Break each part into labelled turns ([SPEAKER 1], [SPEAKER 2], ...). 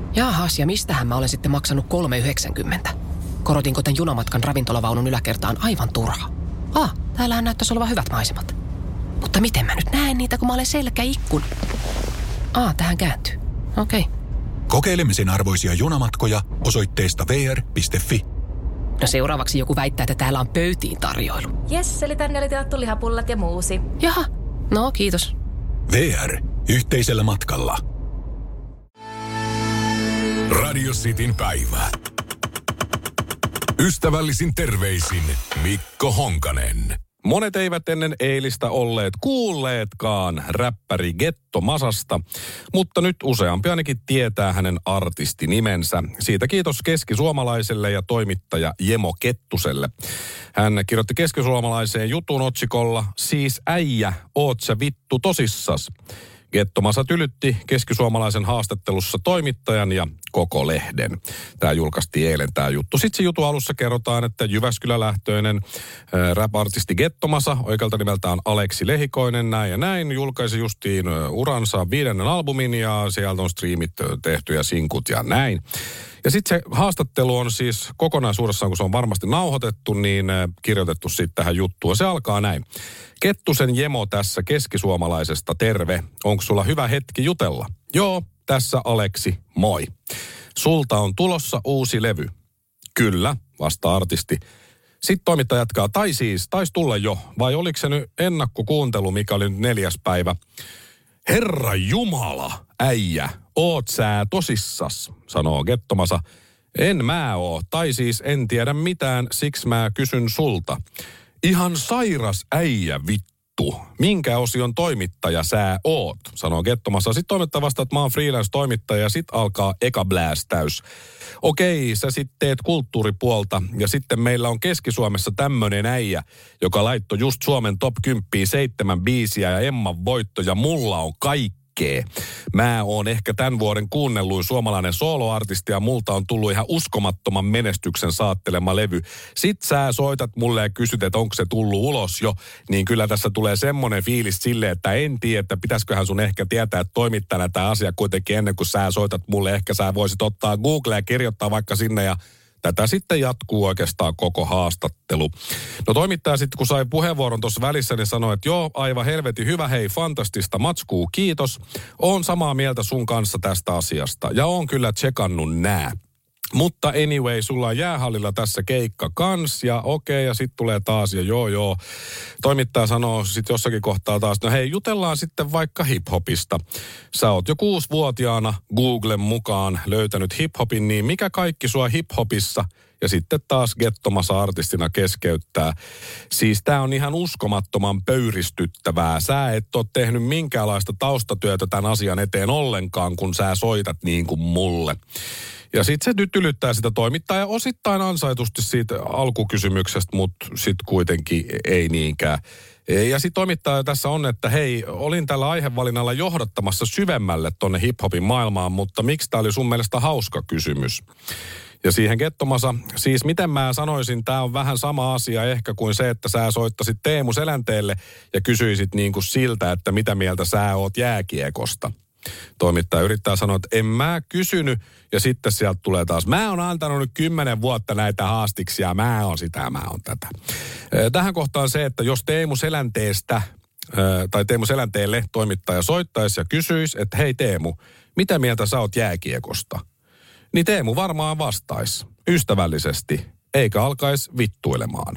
[SPEAKER 1] Jaahas, ja mistähän mä olen sitten maksanut 3,90? Korotinko tän junamatkan ravintolavaunun yläkertaan aivan turha? Täällähän näyttäisi olevan hyvät maisemat. Mutta miten mä nyt näen niitä, kun mä olen selkäikkun? Tähän kääntyy. Okei.
[SPEAKER 2] Kokeilemisen arvoisia junamatkoja osoitteesta vr.fi.
[SPEAKER 1] No seuraavaksi joku väittää, että täällä on pöytiin tarjoilu.
[SPEAKER 3] Jes, eli tänne oli tilattu lihapullat ja muusi.
[SPEAKER 1] Jaha, no kiitos.
[SPEAKER 2] VR. Yhteisellä matkalla.
[SPEAKER 4] Radio Cityn päivä. Ystävällisin terveisin Mikko Honkanen.
[SPEAKER 5] Monet eivät ennen eilistä olleet kuulleetkaan räppäri Getto Masasta, mutta nyt useampi ainakin tietää hänen artistinimensä. Siitä kiitos keskisuomalaiselle ja toimittaja Jemo Kettuselle. Hän kirjoitti keskisuomalaiseen jutun otsikolla "Siis äijä, oot sä vittu tosissas?" Getto Masa tylytti keskisuomalaisen haastattelussa toimittajan ja koko lehden. Tämä julkaistiin eilen tämä juttu. Sitten se jutun alussa kerrotaan, että Jyväskylä-lähtöinen rap-artisti Getto Masa, oikealta nimeltään Aleksi Lehikoinen, näin ja näin, julkaisi justiin uransa 5. albumin ja sieltä on striimit tehty ja sinkut ja näin. Ja sitten se haastattelu on siis kokonaisuudessaan, kun se on varmasti nauhoitettu, niin kirjoitettu sitten tähän juttuun. Se alkaa näin. Kettusen Jemo tässä keskisuomalaisesta, terve. Onko sulla hyvä hetki jutella? Joo, tässä Aleksi, moi. Sulta on tulossa uusi levy. Kyllä, vastaa artisti. Sitten toimittaja jatkaa, taisi tulla jo, vai oliko se nyt ennakkokuuntelu, mikä oli nyt 4. päivä? Herra Jumala, äijä, oot sä tosissas, sanoo Getto Masa. En mä oo, tai siis en tiedä mitään, siksi mä kysyn sulta. Ihan sairas äijä vittu. Minkä osion toimittaja sä oot, sanoo Getto Masa. Sitten toimittaja vastaa, että mä oon freelance-toimittaja ja sitten alkaa eka blästäys. Okei, sä sitten teet kulttuuripuolta ja sitten meillä on Keski-Suomessa tämmönen äijä, joka laittoi just Suomen top 10 7 biisiä ja Emman voitto ja mulla on kaikkea. Mä oon ehkä tämän vuoden kuunnelluin suomalainen soloartisti ja multa on tullut ihan uskomattoman menestyksen saattelema levy. Sit sä soitat mulle ja kysyt, että onko se tullut ulos jo, niin kyllä tässä tulee semmoinen fiilis silleen, että en tiedä, että pitäisiköhän sun ehkä tietää, että toimittajana tämä asia kuitenkin ennen kuin sä soitat mulle. Ehkä sä voisit ottaa Google ja kirjoittaa vaikka sinne ja tätä sitten jatkuu oikeastaan koko haastattelu. No toimittaja sitten, kun sai puheenvuoron tuossa välissä, niin sanoi, että joo, aivan helvetin hyvä, hei, fantastista matskuu, kiitos. Oon samaa mieltä sun kanssa tästä asiasta ja oon kyllä tsekannut nää. Mutta anyway, sulla on jäähallilla tässä keikka kans ja okei, ja sitten tulee taas ja joo. Toimittaja sanoo sitten jossakin kohtaa taas, no hei, jutellaan sitten vaikka hiphopista. Sä oot jo 6-vuotiaana Googlen mukaan löytänyt hiphopin, niin mikä kaikki sua hiphopissa? Ja sitten taas Getto Masa artistina keskeyttää. Siis tää on ihan uskomattoman pöyristyttävää. Sä et ole tehnyt minkäänlaista taustatyötä tämän asian eteen ollenkaan, kun sä soitat niin kuin mulle. Ja sitten se nyt ylyttää sitä toimittajaa osittain ansaitusti siitä alkukysymyksestä, mutta sitten kuitenkin ei niinkään. Ja sitten toimittaja tässä on, että hei, olin tällä aihevalinnalla johdattamassa syvemmälle tonne hiphopin maailmaan, mutta miksi tämä oli sun mielestä hauska kysymys? Ja siihen Getto Masa, siis miten mä sanoisin, tämä on vähän sama asia ehkä kuin se, että sä soittasit Teemu Selänteelle ja kysyisit niin kuin siltä, että mitä mieltä sä oot jääkiekosta. Toimittaja yrittää sanoa, että en mä kysynyt, ja sitten sieltä tulee taas, mä oon antanut nyt 10 vuotta näitä haastiksia, mä oon sitä, mä oon tätä. Tähän kohtaan se, että jos Teemu Selänteestä, tai Teemu Selänteelle toimittaja soittaisi ja kysyisi, että hei Teemu, mitä mieltä sä oot jääkiekosta? Niin Teemu varmaan vastaisi ystävällisesti, eikä alkaisi vittuilemaan.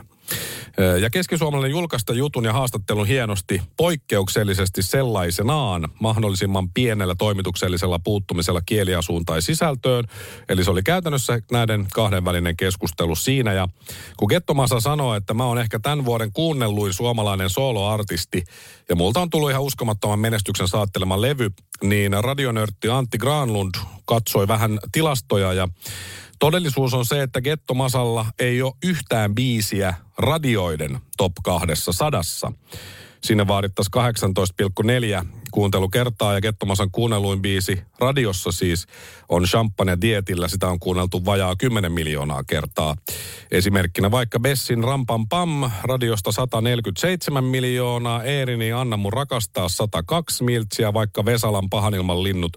[SPEAKER 5] Ja keskisuomalainen julkaista jutun ja haastattelun hienosti, poikkeuksellisesti sellaisenaan, mahdollisimman pienellä toimituksellisella puuttumisella kieliasuun tai sisältöön. Eli se oli käytännössä näiden kahden välinen keskustelu siinä. Ja kun Getto Masa sanoi, että mä oon ehkä tämän vuoden kuunnelluin suomalainen soloartisti, ja multa on tullut ihan uskomattoman menestyksen saattelema levy, niin radionörtti Antti Granlund katsoi vähän tilastoja ja todellisuus on se, että Getto Masalla ei ole yhtään biisiä radioiden top 200. Sinne vaadittaisiin 18,4 kuuntelukertaa ja Gettomasan kuunnelluin biisi radiossa siis on Champagne Dietillä. Sitä on kuunneltu vajaa 10 miljoonaa kertaa. Esimerkkinä vaikka Bessin Rampam Pam radiosta 147 miljoonaa, Eerini Anna mun rakastaa 102 miltsiä, vaikka Vesalan Pahanilman linnut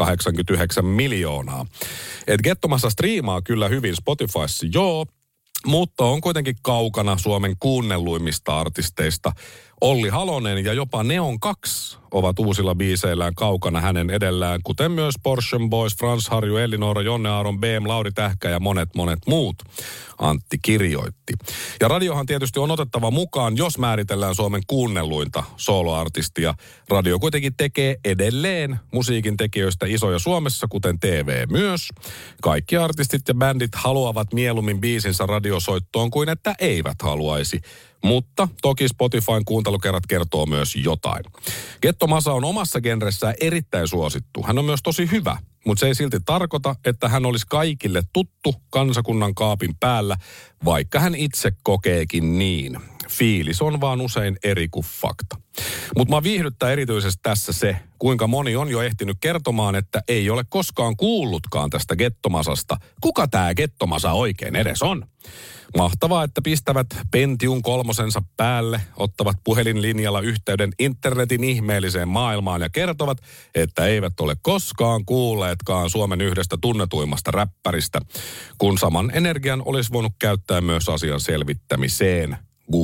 [SPEAKER 5] 89 miljoonaa. Et Gettomassa striimaa kyllä hyvin Spotifyssa, joo, mutta on kuitenkin kaukana Suomen kuunnelluimmista artisteista. Olli Halonen ja jopa Neon 2 ovat uusilla biiseillään kaukana hänen edellään, kuten myös Porschen Boys, Frans Harju, Elinora, Jonne Aaron, BM, Lauri Tähkä ja monet muut, Antti kirjoitti. Ja radiohan tietysti on otettava mukaan, jos määritellään Suomen kuunnelluinta soloartistia. Radio kuitenkin tekee edelleen musiikin tekijöistä isoja Suomessa, kuten TV myös. Kaikki artistit ja bändit haluavat mieluummin biisinsä radiosoittoon kuin että eivät haluaisi. Mutta toki Spotifyn kuuntelukerrat kertoo myös jotain. Gettomasa on omassa genressään erittäin suosittu. Hän on myös tosi hyvä, mutta se ei silti tarkoita, että hän olisi kaikille tuttu kansakunnan kaapin päällä, vaikka hän itse kokeekin niin. Fiilis on vaan usein eri kuin fakta. Mutta mä viihdyttää erityisesti tässä se, kuinka moni on jo ehtinyt kertomaan, että ei ole koskaan kuullutkaan tästä Gettomasasta. Kuka tää Gettomasa oikein edes on? Mahtavaa, että pistävät Pentium 3 päälle, ottavat puhelinlinjalla yhteyden internetin ihmeelliseen maailmaan ja kertovat, että eivät ole koskaan kuulleetkaan Suomen yhdestä tunnetuimmasta räppäristä, kun saman energian olisi voinut käyttää myös asian selvittämiseen.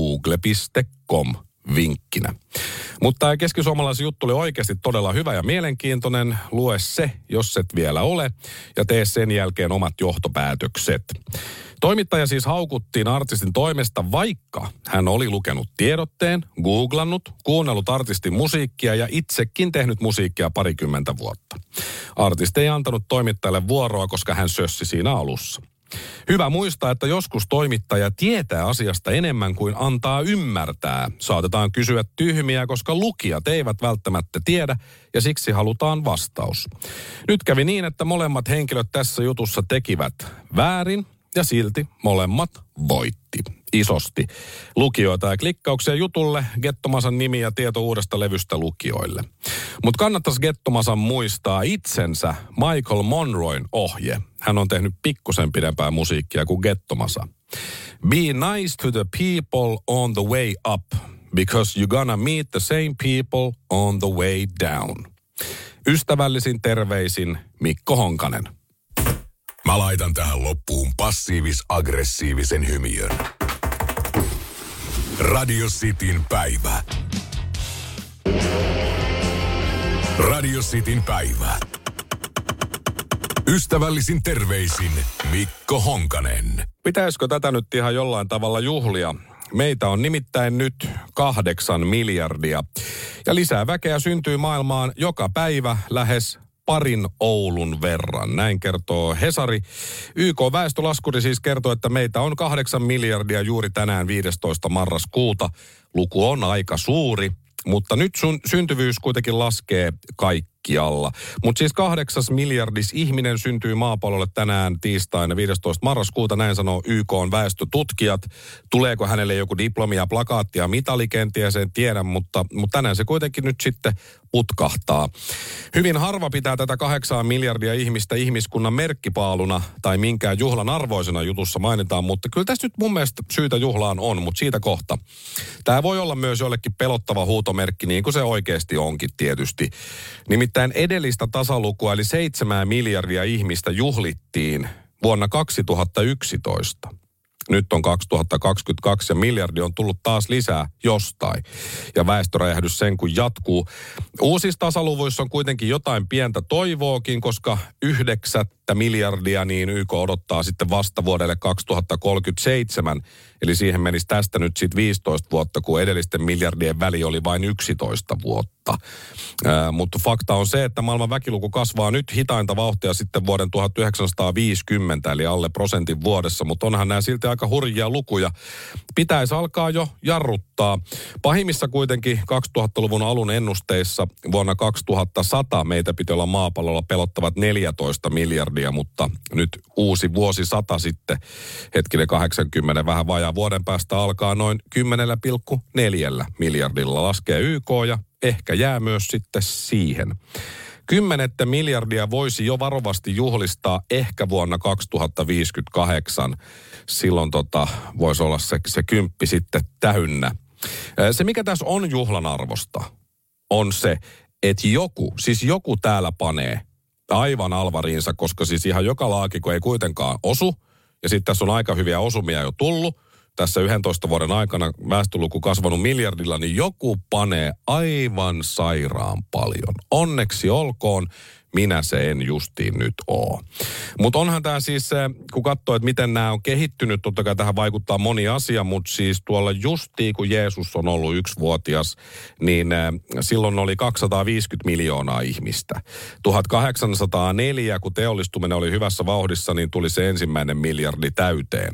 [SPEAKER 5] Google.com vinkkinä. Mutta tämä keskisuomalaisen juttu oli oikeasti todella hyvä ja mielenkiintoinen. Lue se, jos et vielä ole, ja tee sen jälkeen omat johtopäätökset. Toimittaja siis haukuttiin artistin toimesta, vaikka hän oli lukenut tiedotteen, googlannut, kuunnellut artistin musiikkia ja itsekin tehnyt musiikkia 20 vuotta. Artisti ei antanut toimittajalle vuoroa, koska hän sössi siinä alussa. Hyvä muistaa, että joskus toimittaja tietää asiasta enemmän kuin antaa ymmärtää. Saatetaan kysyä tyhmiä, koska lukijat eivät välttämättä tiedä ja siksi halutaan vastaus. Nyt kävi niin, että molemmat henkilöt tässä jutussa tekivät väärin ja silti molemmat voitti isosti lukijoita ja klikkauksia jutulle, Gettomasan nimi ja tieto uudesta levystä lukijoille. Mutta kannattaisi Gettomasan muistaa itsensä Michael Monroen ohje. Hän on tehnyt pikkusen pidempää musiikkia kuin Gettomasa. Be nice to the people on the way up, because you're gonna meet the same people on the way down. Ystävällisin terveisin Mikko Honkanen.
[SPEAKER 4] Mä laitan tähän loppuun passiivis-aggressiivisen hymiön. Radio Cityn päivä. Radio Cityn päivä. Ystävällisin terveisin Mikko Honkanen.
[SPEAKER 5] Pitäisikö tätä nyt ihan jollain tavalla juhlia? Meitä on nimittäin nyt 8 miljardia. Ja lisää väkeä syntyy maailmaan joka päivä lähes 2 Oulun verran. Näin kertoo Hesari. YK-väestölaskuri siis kertoo, että meitä on 8 miljardia juuri tänään 15. marraskuuta. Luku on aika suuri, mutta nyt syntyvyys kuitenkin laskee kaikkialla. Mutta siis 8 miljardis ihminen syntyy maapallolle tänään tiistaina 15. marraskuuta, näin sanoo YK:n väestötutkijat. Tuleeko hänelle joku diplomia, plakaattia, mitali kenties, en tiedä, mutta tänään se kuitenkin nyt sitten putkahtaa. Hyvin harva pitää tätä 8 miljardia ihmistä ihmiskunnan merkkipaaluna tai minkään juhlan arvoisena jutussa mainitaan, mutta kyllä tässä nyt mun mielestä syytä juhlaan on, mutta siitä kohta. Tämä voi olla myös jollekin pelottava huutomerkki, niin kuin se oikeasti onkin tietysti. Nimittäin edellistä tasalukua, eli 7 miljardia ihmistä juhlittiin vuonna 2011. Nyt on 2022 ja miljardi on tullut taas lisää jostain. Ja väestöräjähdys sen kun jatkuu. Uusissa tasaluvuissa on kuitenkin jotain pientä toivoakin, koska 9 miljardia niin YK odottaa sitten vasta vuodelle 2037. Eli siihen menisi tästä nyt sitten 15 vuotta, kun edellisten miljardien väli oli vain 11 vuotta. Mutta fakta on se, että maailman väkiluku kasvaa nyt hitainta vauhtia sitten vuoden 1950, eli alle prosentin vuodessa. Mutta onhan nämä silti aika hurjia lukuja. Pitäisi alkaa jo jarruttaa. Pahimmissa kuitenkin 2000-luvun alun ennusteissa vuonna 2100 meitä piti olla maapallolla pelottavat 14 miljardia, mutta nyt uusi vuosisata sitten, hetkinen 80, vähän vajaa vuoden päästä alkaa noin 10,4 miljardilla laskee YK ja ehkä jää myös sitten siihen. 10 miljardia voisi jo varovasti juhlistaa ehkä vuonna 2058. Silloin voisi olla se 10 sitten täynnä. Se, mikä tässä on juhlan arvosta, on se, että joku täällä panee aivan alvariinsa, koska siis ihan joka laakiko ei kuitenkaan osu. Ja sitten tässä on aika hyviä osumia jo tullut. Tässä 11 vuoden aikana väestöluku kasvanut miljardilla, niin joku panee aivan sairaan paljon. Onneksi olkoon, minä se en justiin nyt oo. Mutta onhan tämä siis, kun katsoo, että miten nämä on kehittynyt, totta kai tähän vaikuttaa moni asia, mutta siis tuolla justiin, kun Jeesus on ollut 1-vuotias, niin silloin oli 250 miljoonaa ihmistä. 1804, kun teollistuminen oli hyvässä vauhdissa, niin tuli se ensimmäinen miljardi täyteen.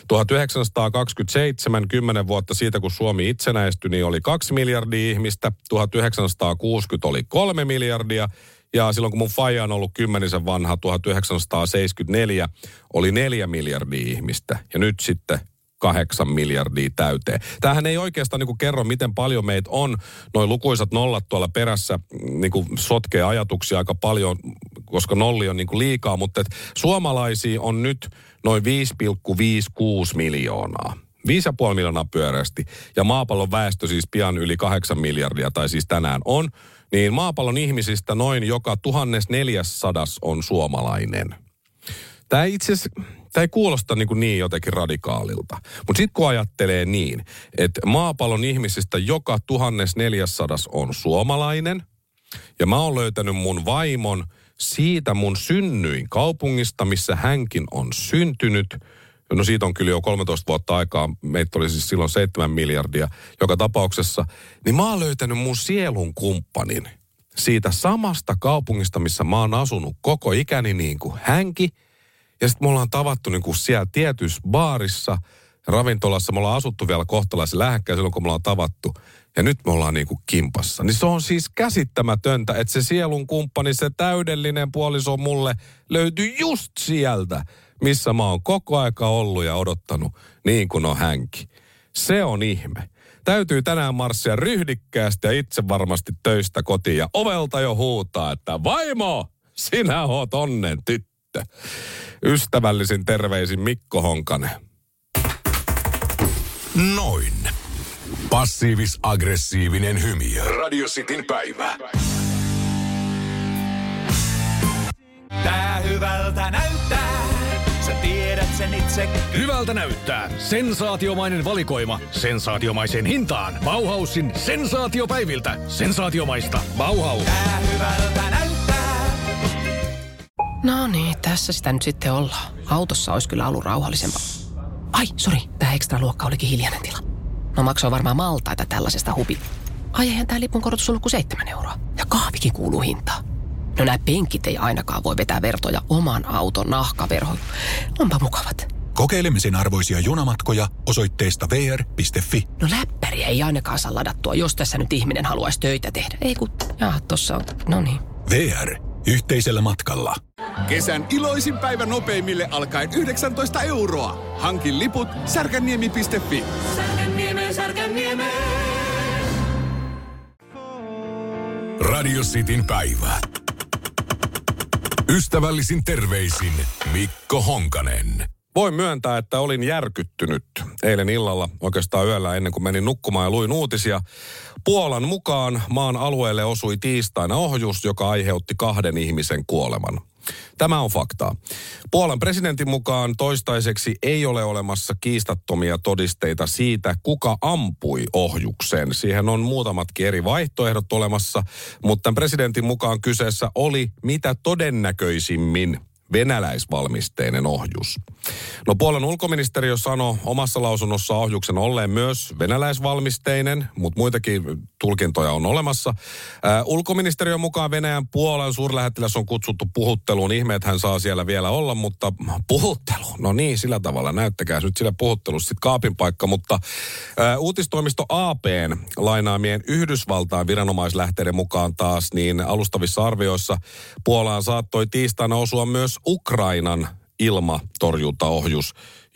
[SPEAKER 5] 1927, 10 vuotta siitä, kun Suomi itsenäistyi, niin oli 2 miljardia ihmistä. 1960 oli 3 miljardia. Ja silloin kun mun faija on ollut 10 vanha, 1974, oli 4 miljardia ihmistä. Ja nyt sitten 8 miljardia täyteen. Tämähän ei oikeastaan niin kuin kerro, miten paljon meitä on. Noin lukuisat nollat tuolla perässä niin kuin sotkee ajatuksia aika paljon, koska nolli on niin kuin liikaa. Mutta suomalaisia on nyt noin 5,56 miljoonaa. 5,5 miljoonaa pyöreästi. Ja maapallon väestö siis pian yli 8 miljardia, tai siis tänään on. Niin maapallon ihmisistä noin joka 1400 on suomalainen. Tämä ei kuulosta niin jotenkin radikaalilta. Mutta sitten kun ajattelee niin, että maapallon ihmisistä joka 1400 on suomalainen, ja mä oon löytänyt mun vaimon siitä mun synnyin kaupungista, missä hänkin on syntynyt. No siitä on kyllä jo 13 vuotta aikaa, meitä oli siis silloin 7 miljardia joka tapauksessa. Niin mä oon löytänyt mun sielun kumppanin siitä samasta kaupungista, missä mä oon asunut koko ikäni niin kuin hänkin. Ja sitten me ollaan tavattu niin kuin siellä tietyssä baarissa, ravintolassa. Me ollaan asuttu vielä kohtalaisen lähekkäin silloin, kun me ollaan tavattu. Ja nyt me ollaan niin kuin kimpassa. Niin se on siis käsittämätöntä, että se sielun kumppani, se täydellinen puoliso mulle löytyi just sieltä, missä mä oon koko aika ollut ja odottanut niin kuin on hänkin. Se on ihme. Täytyy tänään marssia ryhdikkäästi ja itse varmasti töistä kotiin ja ovelta jo huutaa, että vaimo, sinä oot onnen tyttö. Ystävällisin terveisin Mikko Honkanen.
[SPEAKER 4] Noin. Passiivis-aggressiivinen hymy. Radio Cityn päivä.
[SPEAKER 6] Tää hyvältä näyttää. Sä tiedät sen itse.
[SPEAKER 7] Hyvältä näyttää. Sensaatiomainen valikoima. Sensaatiomaiseen hintaan. Bauhausin sensaatiopäiviltä. Sensaatiomaista. Bauhaus.
[SPEAKER 6] Tää hyvältä näyttää.
[SPEAKER 1] No niin, tässä sitä nyt sitten ollaan. Autossa olisi kyllä ollut rauhallisempaa. Ai, sori, tää ekstra luokka olikin hiljainen tila. No maksoi varmaan maltaita tällaisesta hubi. Ai eihän tää lipun korotus ollut kuin 7 €. Ja kahvikin kuuluu hintaan. No nämä penkit ei ainakaan voi vetää vertoja oman auton nahkaverhoon. Onpa mukavat.
[SPEAKER 2] Kokeilemisen arvoisia junamatkoja osoitteesta vr.fi.
[SPEAKER 1] No läppäriä ei ainakaan saa ladattua, jos tässä nyt ihminen haluaisi töitä tehdä. Ei kun, tossa on, no niin.
[SPEAKER 2] VR. Yhteisellä matkalla.
[SPEAKER 8] Kesän iloisin päivä nopeimille alkaen 19 €. Hankin liput särkänniemi.fi.
[SPEAKER 6] Särkänniemeen.
[SPEAKER 4] Radio Cityn päivä. Ystävällisin terveisin Mikko Honkanen.
[SPEAKER 5] Voin myöntää, että olin järkyttynyt eilen illalla, oikeastaan yöllä ennen kuin menin nukkumaan ja luin uutisia. Puolan mukaan maan alueelle osui tiistaina ohjus, joka aiheutti 2 ihmisen kuoleman. Tämä on faktaa. Puolan presidentin mukaan toistaiseksi ei ole olemassa kiistattomia todisteita siitä, kuka ampui ohjuksen. Siihen on muutamatkin eri vaihtoehdot olemassa, mutta presidentin mukaan kyseessä oli mitä todennäköisimmin venäläisvalmisteinen ohjus. No Puolan ulkoministeriö sanoi omassa lausunnossa ohjuksen olleen myös venäläisvalmisteinen, mutta muitakin tulkintoja on olemassa. Ulkoministeriön mukaan Venäjän Puolan suurlähettiläs on kutsuttu puhutteluun. Ihme, että hän saa siellä vielä olla, mutta puhuttelu. No niin, sillä tavalla. Näyttäkää nyt sillä puhuttelussa sitten kaapin paikka. Mutta uutistoimisto AP:n lainaamien Yhdysvaltain viranomaislähteiden mukaan taas, niin alustavissa arvioissa Puolaan saattoi tiistaina osua myös Ukrainan ilmatorjuntaohjus,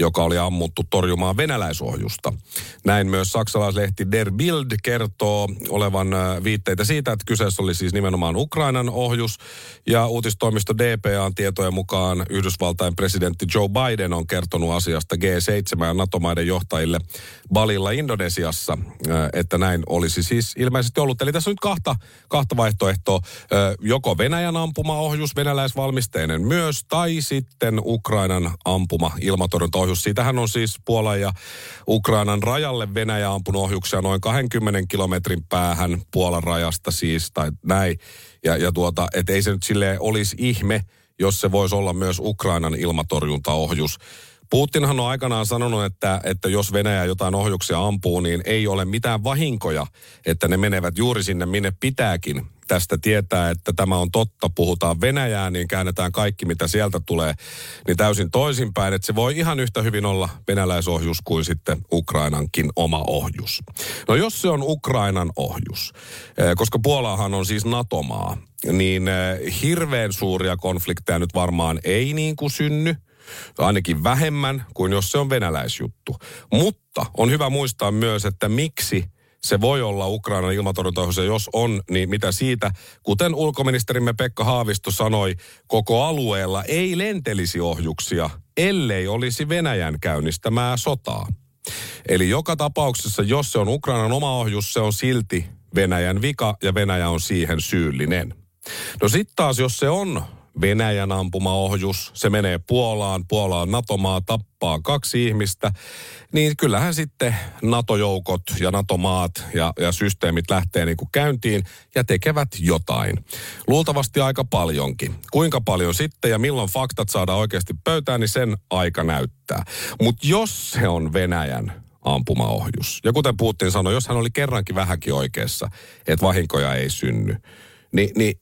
[SPEAKER 5] joka oli ammuttu torjumaan venäläisohjusta. Näin myös saksalaislehti Der Bild kertoo olevan viitteitä siitä, että kyseessä oli siis nimenomaan Ukrainan ohjus. Ja uutistoimisto DPA:n tietojen mukaan Yhdysvaltain presidentti Joe Biden on kertonut asiasta G7 ja NATO-maiden johtajille Balilla Indonesiassa, että näin olisi siis ilmeisesti ollut. Eli tässä on nyt kahta vaihtoehtoa. Joko Venäjän ampuma-ohjus, venäläisvalmisteinen myös, tai sitten Ukrainan ampuma ilmatorjuntaohjus. Siitähän on siis Puolan ja Ukrainan rajalle Venäjä ampunut ohjuksia noin 20 kilometrin päähän Puolan rajasta siis, tai näin. Ja että ei se nyt silleen olisi ihme, jos se voisi olla myös Ukrainan ilmatorjuntaohjus. Putinhan on aikanaan sanonut, että jos Venäjä jotain ohjuksia ampuu, niin ei ole mitään vahinkoja, että ne menevät juuri sinne, minne pitääkin. Tästä tietää, että tämä on totta. Puhutaan Venäjää, niin käännetään kaikki, mitä sieltä tulee, niin täysin toisinpäin. Että se voi ihan yhtä hyvin olla venäläisohjus kuin sitten Ukrainankin oma ohjus. No jos se on Ukrainan ohjus, koska Puolahan on siis NATO-maa, niin hirveän suuria konflikteja nyt varmaan ei niin kuin synny. Ainakin vähemmän kuin jos se on venäläisjuttu. Mutta on hyvä muistaa myös, että miksi se voi olla Ukrainan ilmatorjuntaohjus, ja jos on, niin mitä siitä, kuten ulkoministerimme Pekka Haavisto sanoi, koko alueella ei lentelisi ohjuksia, ellei olisi Venäjän käynnistämää sotaa. Eli joka tapauksessa, jos se on Ukrainan oma ohjus, se on silti Venäjän vika ja Venäjä on siihen syyllinen. No sitten taas, jos se on Venäjän ampumaohjus, se menee Puolaan, Puola on NATO-maa, tappaa 2 ihmistä, niin kyllähän sitten NATO-joukot ja NATO-maat ja systeemit lähtee niin kuin käyntiin ja tekevät jotain. Luultavasti aika paljonkin. Kuinka paljon sitten ja milloin faktat saadaan oikeasti pöytään, niin sen aika näyttää. Mutta jos se on Venäjän ampumaohjus, ja kuten Putin sanoi, jos hän oli kerrankin vähänkin oikeassa, että vahinkoja ei synny, niin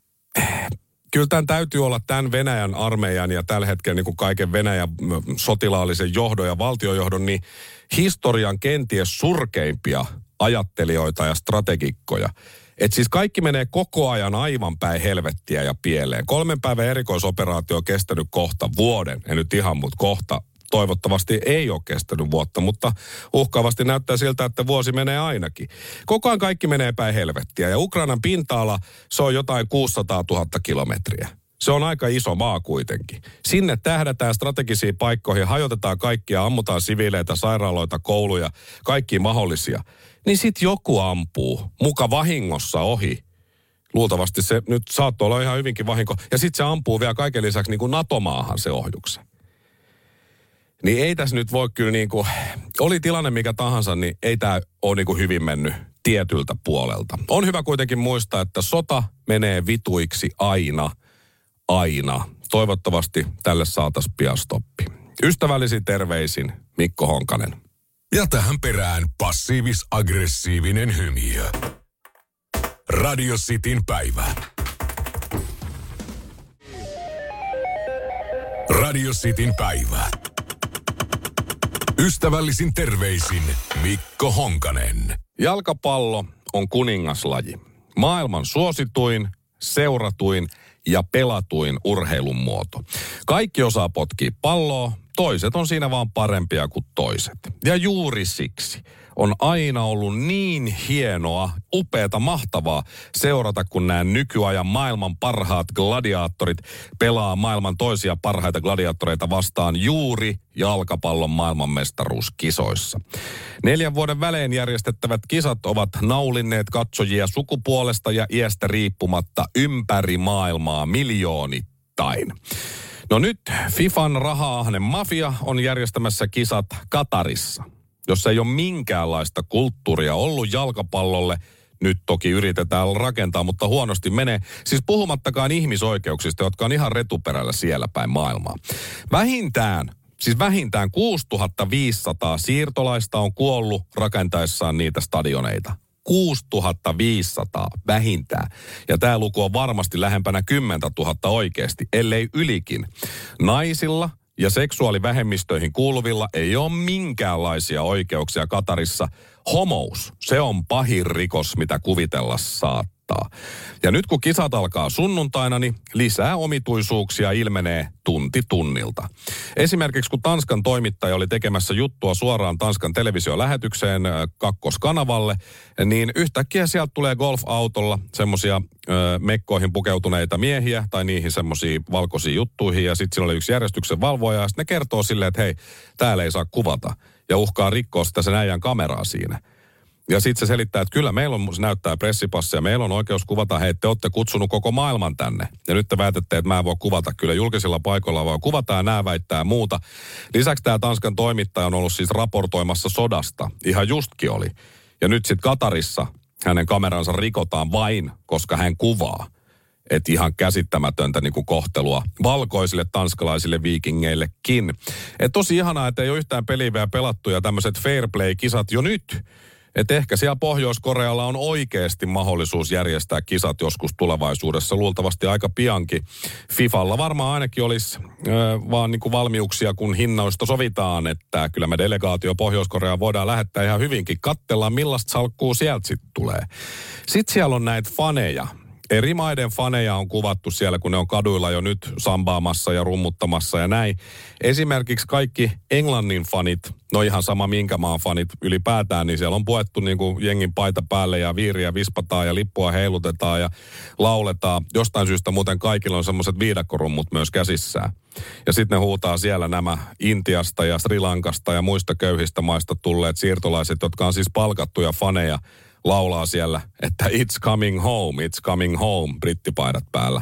[SPEAKER 5] kyllä tämän täytyy olla tämän Venäjän armeijan ja tällä hetkellä niin kuin kaiken Venäjän sotilaallisen johdon ja valtiojohdon, niin historian kenties surkeimpia ajattelijoita ja strategikkoja. Että siis kaikki menee koko ajan aivan päin helvettiä ja pieleen. 3 päivän erikoisoperaatio on kestänyt kohta vuoden, en nyt ihan, mutta kohta. Toivottavasti ei ole kestänyt vuotta, mutta uhkaavasti näyttää siltä, että vuosi menee ainakin. Koko ajan kaikki menee päin helvettiä ja Ukrainan pinta-ala, se on jotain 600 000 kilometriä. Se on aika iso maa kuitenkin. Sinne tähdätään strategisiin paikkoihin, hajotetaan kaikkia, ammutaan siviileitä, sairaaloita, kouluja, kaikkia mahdollisia. Niin sit joku ampuu muka vahingossa ohi. Luultavasti se nyt saattoi olla ihan hyvinkin vahinko. Ja sit se ampuu vielä kaiken lisäksi niin kuin NATO-maahan se ohjuksen. Niin ei tässä nyt voi kyllä niin kuin, oli tilanne mikä tahansa, niin ei tämä ole niin kuin hyvin mennyt tietyltä puolelta. On hyvä kuitenkin muistaa, että sota menee vituiksi aina. Toivottavasti tälle saataisiin pian stoppi. Ystävällisin terveisin Mikko Honkanen.
[SPEAKER 4] Ja tähän perään passiivis-aggressiivinen hymiö. Radio Cityn päivä. Radio Cityn päivä. Ystävällisin terveisin Mikko Honkanen.
[SPEAKER 5] Jalkapallo on kuningaslaji. Maailman suosituin, seuratuin ja pelatuin urheilun muoto. Kaikki osaa potkia palloa, toiset on siinä vaan parempia kuin toiset. Ja juuri siksi on aina ollut niin hienoa, upeata, mahtavaa seurata, kun nämä nykyajan maailman parhaat gladiaattorit pelaa maailman toisia parhaita gladiaattoreita vastaan juuri jalkapallon maailmanmestaruuskisoissa. 4 vuoden välein järjestettävät kisat ovat naulinneet katsojia sukupuolesta ja iästä riippumatta ympäri maailmaa miljoonittain. No nyt FIFAn raha-ahne mafia on järjestämässä kisat Katarissa, jossa ei ole minkäänlaista kulttuuria ollut jalkapallolle. Nyt toki yritetään rakentaa, mutta huonosti menee. Siis puhumattakaan ihmisoikeuksista, jotka on ihan retuperällä siellä päin maailmaa. Vähintään 6500 siirtolaista on kuollut rakentaessaan niitä stadioneita. 6500 vähintään. Ja tämä luku on varmasti lähempänä 10 000 oikeasti, ellei ylikin. Naisilla ja seksuaalivähemmistöihin kuuluvilla ei ole minkäänlaisia oikeuksia Katarissa. Homous, se on pahin rikos, mitä kuvitella saattaa. voittaa. Ja nyt kun kisat alkaa sunnuntaina, niin lisää omituisuuksia ilmenee tunti tunnilta. Esimerkiksi kun Tanskan toimittaja oli tekemässä juttua suoraan Tanskan televisiolähetykseen kakkoskanavalle, niin yhtäkkiä sieltä tulee golf-autolla semmoisia mekkoihin pukeutuneita miehiä tai niihin semmoisia valkoisia juttuihin ja sitten siinä oli yksi järjestyksen valvoja ja sitten ne kertoo silleen, että hei, täällä ei saa kuvata ja uhkaa rikkoa sitä sen äijän kameraa siinä. Ja sitten se selittää, että kyllä meillä on, se näyttää pressipassia, meillä on oikeus kuvata, hei, te olette kutsunut koko maailman tänne. Ja nyt te väitätte, että mä en voi kuvata, kyllä julkisilla paikoilla voi kuvata ja nämä väittää muuta. Lisäksi tämä Tanskan toimittaja on ollut siis raportoimassa sodasta, ihan justkin oli. Ja nyt sitten Katarissa hänen kameransa rikotaan vain, koska hän kuvaa. Että ihan käsittämätöntä niin kuin kohtelua valkoisille tanskalaisille viikingeillekin. Että tosi ihanaa, että ei ole yhtään peliä vielä pelattu ja tämmöiset fair play-kisat jo nyt. Että ehkä siellä Pohjois-Korealla on oikeasti mahdollisuus järjestää kisat joskus tulevaisuudessa, luultavasti aika piankin. FIFalla varmaan ainakin olisi vaan niin kuin valmiuksia, kun hinnoista sovitaan, että kyllä me delegaatio Pohjois-Koreaan voidaan lähettää ihan hyvinkin. Katsellaan, millaista salkkuu sieltä sitten tulee. Sitten siellä on näitä faneja. Eri maiden faneja on kuvattu siellä, kun ne on kaduilla jo nyt sambaamassa ja rummuttamassa ja näin. Esimerkiksi kaikki Englannin fanit, no ihan sama minkä maan fanit ylipäätään, niin siellä on puettu niin kuin jengin paita päälle ja viiriä vispataan ja lippua heilutetaan ja lauletaan. Jostain syystä muuten kaikilla on semmoiset viidakkorummut myös käsissään. Ja sitten ne huutaa siellä nämä Intiasta ja Sri Lankasta ja muista köyhistä maista tulleet siirtolaiset, jotka on siis palkattuja faneja, laulaa siellä, että it's coming home, brittipaidat päällä.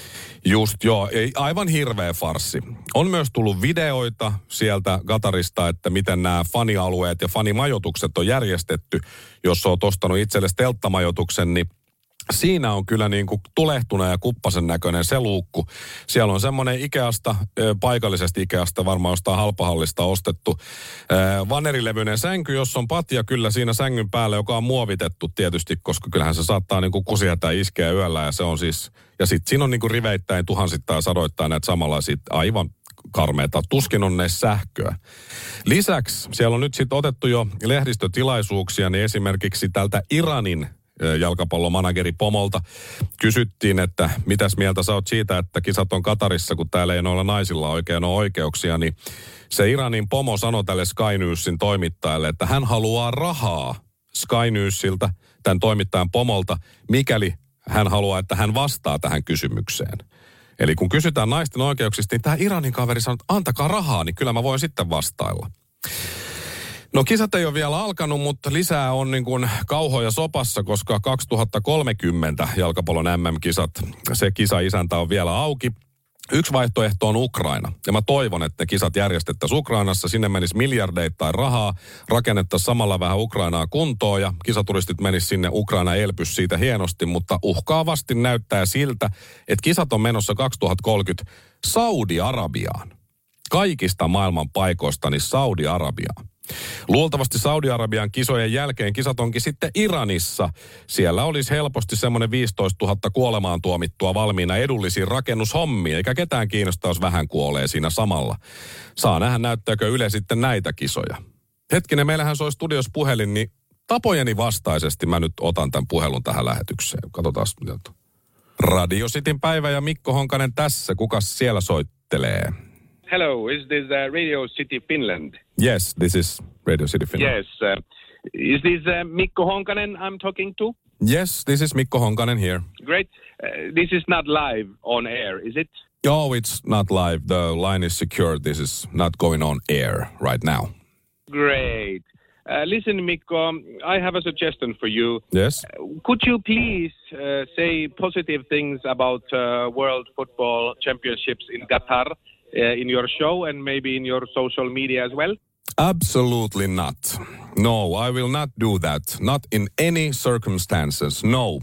[SPEAKER 5] Just joo, aivan hirveä farssi. On myös tullut videoita sieltä Katarista, että miten nämä fanialueet ja fanimajoitukset on järjestetty. Jos on ostanut itsellesi telttamajoituksen, niin siinä on kyllä niin kuin tulehtuna ja kuppasen näköinen se luukku. Siellä on semmoinen Ikeasta, paikallisesti Ikeasta varmaan jostain halpahallista ostettu vanerilevyinen sänky, jossa on patja kyllä siinä sängyn päällä, joka on muovitettu tietysti, koska kyllähän se saattaa niin kuin kusia tai iskeä yöllä ja se on siis, ja sitten siinä on niin kuin riveittäin tuhansittain ja sadoittain näitä samanlaisia aivan karmeita. Tuskin on ne sähköä. Lisäksi siellä on nyt sitten otettu jo lehdistötilaisuuksia, niin esimerkiksi tältä Iranin jalkapallomanageri Pomolta kysyttiin, että mitäs mieltä sä oot siitä, että kisat on Katarissa, kun täällä ei noilla naisilla oikein ole oikeuksia, niin se Iranin pomo sanoi tälle Sky Newsin toimittajalle, että hän haluaa rahaa Sky Newsiltä, tämän toimittajan pomolta, mikäli hän haluaa, että hän vastaa tähän kysymykseen. Eli kun kysytään naisten oikeuksista, niin tämä Iranin kaveri sanoo, että antakaa rahaa, niin kyllä mä voin sitten vastailla. No kisat ei ole vielä alkanut, mutta lisää on niin kuin kauhoja sopassa, koska 2030 jalkapallon MM-kisat, se kisa-isäntä on vielä auki. Yksi vaihtoehto on Ukraina. Ja mä toivon, että ne kisat järjestettäisiin Ukrainassa. Sinne menisi miljardeittain rahaa, rakennettaisiin samalla vähän Ukrainaa kuntoon ja kisaturistit menis sinne. Ukraina elpys siitä hienosti, mutta uhkaavasti näyttää siltä, että kisat on menossa 2030 Saudi-Arabiaan. Kaikista maailman paikoista niin Saudi-Arabiaan. Luultavasti Saudi-Arabian kisojen jälkeen kisat onkin sitten Iranissa. Siellä olisi helposti semmoinen 15 000 kuolemaan tuomittua valmiina edullisiin rakennushommiin, eikä ketään kiinnostaa, jos vähän kuolee siinä samalla. Saa nähdä, näyttääkö Yle sitten näitä kisoja. Hetkinen, meillähän soi studios puhelin, niin tapojeni vastaisesti mä nyt otan tämän puhelun tähän lähetykseen. Katsotaan. Radio Cityn päivä ja Mikko Honkanen tässä. Kukas siellä soittelee?
[SPEAKER 9] Hello, is this Radio City Finland?
[SPEAKER 5] Yes, this is Radio City Finland.
[SPEAKER 9] Yes. Is this Mikko Honkanen I'm talking to?
[SPEAKER 5] Yes, this is Mikko Honkanen here.
[SPEAKER 9] Great. This is not live on air, is it?
[SPEAKER 5] Oh, it's not live. The line is secured. This is not going on air right now.
[SPEAKER 9] Great. Listen, Mikko, I have a suggestion for you.
[SPEAKER 5] Yes?
[SPEAKER 9] Could you please say positive things about World Football Championships in Qatar? In your show and maybe in your social media as well?
[SPEAKER 5] Absolutely not. No, I will not do that. Not in any circumstances. No.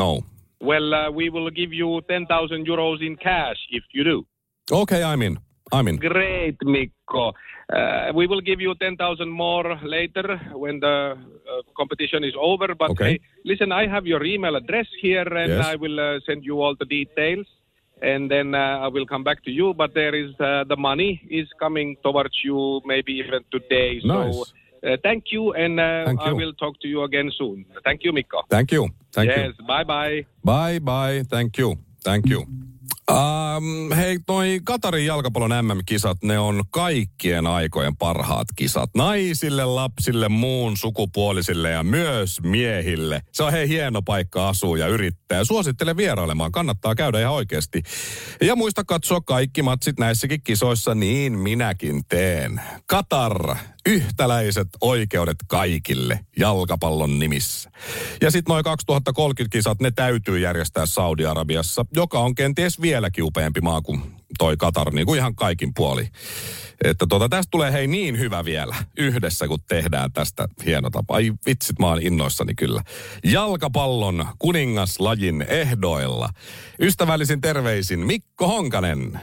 [SPEAKER 9] Well, we will give you 10,000 euros in cash if you do.
[SPEAKER 5] Okay, I'm in.
[SPEAKER 9] Great, Mikko. We will give you 10,000 more later when the competition is over. But
[SPEAKER 5] okay.
[SPEAKER 9] Hey, listen, I have your email address here and
[SPEAKER 5] yes.
[SPEAKER 9] I will send you all the details. And then I will come back to you. But there is the money is coming towards you maybe even today.
[SPEAKER 5] Nice.
[SPEAKER 9] So thank you, and
[SPEAKER 5] thank you.
[SPEAKER 9] I will talk to you again soon. Thank you, Mikko.
[SPEAKER 5] Thank you. Thank you.
[SPEAKER 9] Yes, bye bye.
[SPEAKER 5] Bye bye, thank you. Hei, toi Katarin jalkapallon MM-kisat, ne on kaikkien aikojen parhaat kisat. Naisille, lapsille, muun sukupuolisille ja myös miehille. Se on hieno paikka asua ja yrittää. Suosittelen vierailemaan, kannattaa käydä ihan oikeasti. Ja muista katsoa kaikki matsit näissäkin kisoissa, niin minäkin teen. Katar, yhtäläiset oikeudet kaikille jalkapallon nimissä. Ja sitten noin 2030-kisat, ne täytyy järjestää Saudi-Arabiassa, joka on kenties vieläkin upeampi maa kuin toi Katar, niin kuin ihan kaikin puoli. Että tästä tulee hei niin hyvä vielä yhdessä, kun tehdään tästä hieno tapa. Ai vitsit, mä oon innoissani kyllä. Jalkapallon kuningaslajin ehdoilla. Ystävällisin terveisin Mikko Honkanen.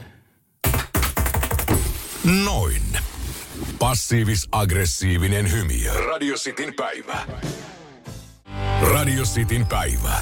[SPEAKER 4] Noin. Passiivis-aggressiivinen hymiö. Radio Cityn päivä. Radio Cityn päivä.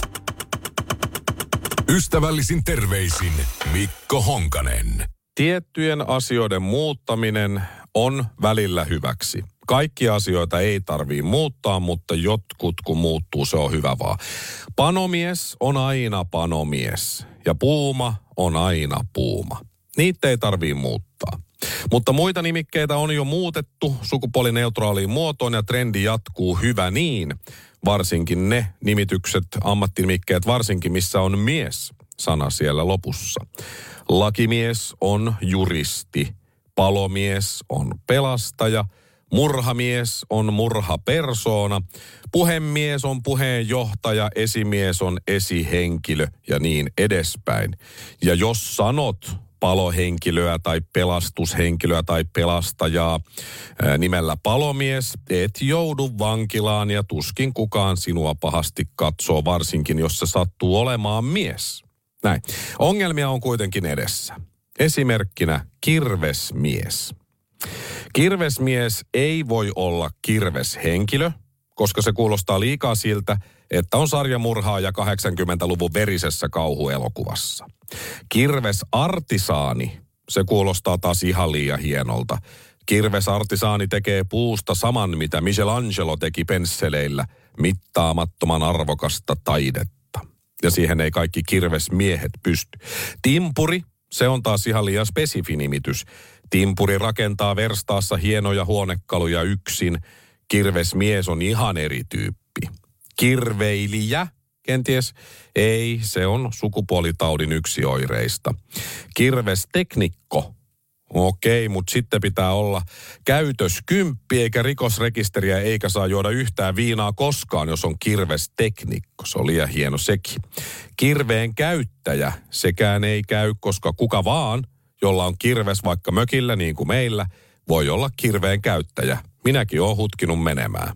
[SPEAKER 4] Ystävällisin terveisin Mikko Honkanen.
[SPEAKER 5] Tiettyjen asioiden muuttaminen on välillä hyväksi. Kaikki asioita ei tarvii muuttaa, mutta jotkut kun muuttuu, se on hyvä vaan. Panomies on aina panomies ja puuma on aina puuma. Niitä ei tarvii muuttaa. Mutta muita nimikkeitä on jo muutettu sukupuolineutraaliin muotoon ja trendi jatkuu, hyvä niin. Varsinkin ne nimitykset, ammattinimikkeet varsinkin, missä on mies-sana siellä lopussa. Lakimies on juristi, palomies on pelastaja, murhamies on murhapersoona, puhemies on puheenjohtaja, esimies on esihenkilö ja niin edespäin. Ja jos sanot palohenkilöä tai pelastushenkilöä tai pelastajaa nimellä palomies, et joudu vankilaan ja tuskin kukaan sinua pahasti katsoo, varsinkin jos se sattuu olemaan mies. Näin. Ongelmia on kuitenkin edessä. Esimerkkinä kirvesmies. Kirvesmies ei voi olla kirveshenkilö, koska se kuulostaa liikaa siltä, että on sarjamurhaaja 80-luvun verisessä kauhuelokuvassa. Kirvesartisaani, se kuulostaa taas ihan liian hienolta. Kirvesartisaani tekee puusta saman, mitä Michelangelo teki pensseleillä, mittaamattoman arvokasta taidetta. Ja siihen ei kaikki kirvesmiehet pysty. Timpuri, se on taas ihan liian spesifi nimitys. Timpuri rakentaa verstaassa hienoja huonekaluja yksin. Kirvesmies on ihan eri tyyppi. Kirveilijä, kenties? Ei, se on sukupuolitaudin yksi oireista. Kirvesteknikko. Okei, mutta sitten pitää olla käytöskymppi eikä rikosrekisteriä eikä saa juoda yhtään viinaa koskaan, jos on kirvesteknikko. Se on liian hieno sekin. Kirveen käyttäjä, sekään ei käy, koska kuka vaan, jolla on kirves vaikka mökillä niin kuin meillä, voi olla kirveen käyttäjä. Minäkin olen hutkinut menemään.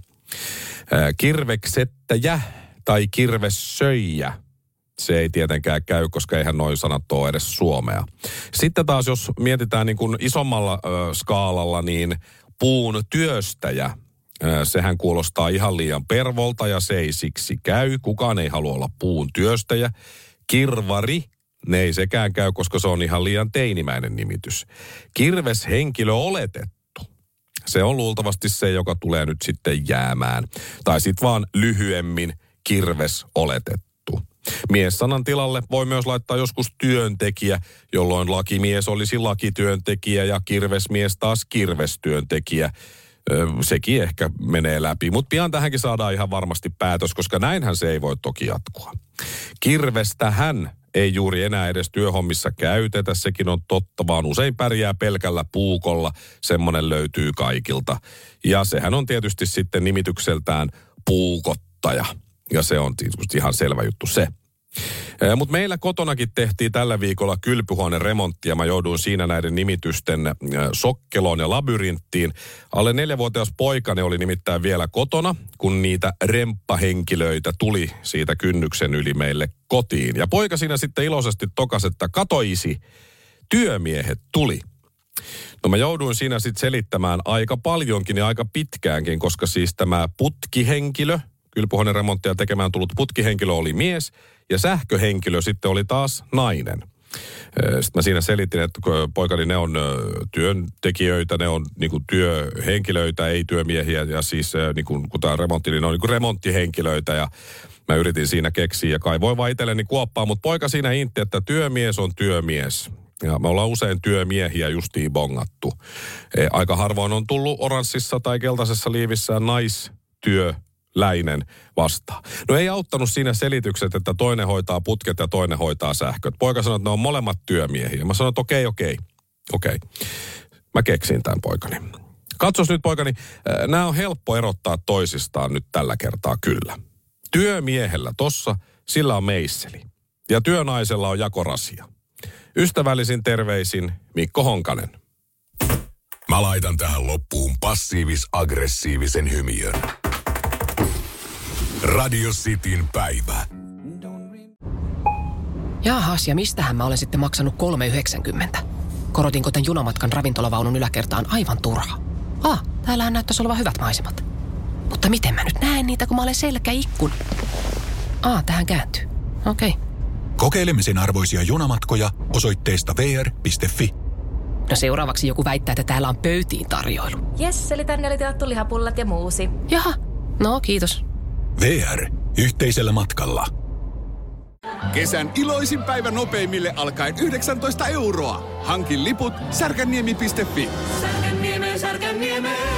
[SPEAKER 5] Kirveksettäjä tai kirvessöijä. Se ei tietenkään käy, koska eihän noin sanat ole edes suomea. Sitten taas, jos mietitään niin kuin isommalla skaalalla, niin puun työstäjä. Sehän kuulostaa ihan liian pervolta ja se ei siksi käy. Kukaan ei halua olla puun työstäjä. Kirvari, ne ei sekään käy, koska se on ihan liian teinimäinen nimitys. Kirveshenkilö oletettu. Se on luultavasti se, joka tulee nyt sitten jäämään. Tai sitten vaan lyhyemmin kirves oletettu. Mies-sanan tilalle voi myös laittaa joskus työntekijä, jolloin lakimies olisi lakityöntekijä ja kirvesmies taas kirvestyöntekijä. Sekin ehkä menee läpi, mutta pian tähänkin saadaan ihan varmasti päätös, koska näinhän se ei voi toki jatkua. Kirvestähän ei juuri enää edes työhommissa käytetä, sekin on totta, vaan usein pärjää pelkällä puukolla, semmoinen löytyy kaikilta. Ja sehän on tietysti sitten nimitykseltään puukottaja, ja se on tietysti ihan selvä juttu se. Mutta meillä kotonakin tehtiin tällä viikolla kylpyhuoneen remontti ja mä jouduin siinä näiden nimitysten sokkeloon ja labyrinttiin. Alle 4-vuotias poikani oli nimittäin vielä kotona, kun niitä remppahenkilöitä tuli siitä kynnyksen yli meille kotiin. Ja poika siinä sitten iloisesti tokasi, että kato isi, työmiehet tuli. No mä jouduin siinä sitten selittämään aika paljonkin ja aika pitkäänkin, koska siis tämä putkihenkilö, kylpyhuoneen remonttia tekemään tullut putkihenkilö oli mies ja sähköhenkilö sitten oli taas nainen. Sitten mä siinä selitin, että poikani ne on työntekijöitä, ne on niinku työhenkilöitä, ei työmiehiä ja siis niinku, kun tämä remontti, niin ne on niinku remonttihenkilöitä Mä yritin siinä keksiä ja kaivoin vaan itselleni kuoppaa, mutta poika siinä intti, että työmies on työmies. Ja me ollaan usein työmiehiä justiin bongattu. Aika harvoin on tullut oranssissa tai keltaisessa liivissään naistyöläinen vastaan. No ei auttanut siinä selitykset, että toinen hoitaa putket ja toinen hoitaa sähköt. Poika sanoi, että ne on molemmat työmiehiä. Mä sanoin, että okei. Mä keksin tämän poikani. Katsos nyt poikani, nämä on helppo erottaa toisistaan nyt tällä kertaa kyllä. Työmiehellä tossa, sillä on meisseli. Ja työnaisella on jakorasia. Ystävällisin terveisin Mikko Honkanen.
[SPEAKER 4] Mä laitan tähän loppuun passiivis-aggressiivisen hymiön. Radio Cityn päivä.
[SPEAKER 1] Jaahas, ja mistähän mä olen sitten maksanut 3,90? Korotinko tän junamatkan ravintolavaunun yläkertaan aivan turha? Täällähän näyttäisi olevan hyvät maisemat. Mutta miten mä nyt näen niitä, kun mä olen selkäikkun? Tähän kääntyy. Okei.
[SPEAKER 2] Kokeilemisen arvoisia junamatkoja osoitteesta vr.fi.
[SPEAKER 1] No seuraavaksi joku väittää, että täällä on pöytiin tarjoilu.
[SPEAKER 3] Jes, eli tänne oli tilattu lihapullat ja muusi.
[SPEAKER 1] Jaha, no kiitos.
[SPEAKER 2] VR. Yhteisellä matkalla.
[SPEAKER 8] Kesän iloisin päivä nopeimille alkaen 19 euroa. Hankin liput särkänniemi.fi.
[SPEAKER 6] Särkänniemeen, Särkänniemeen.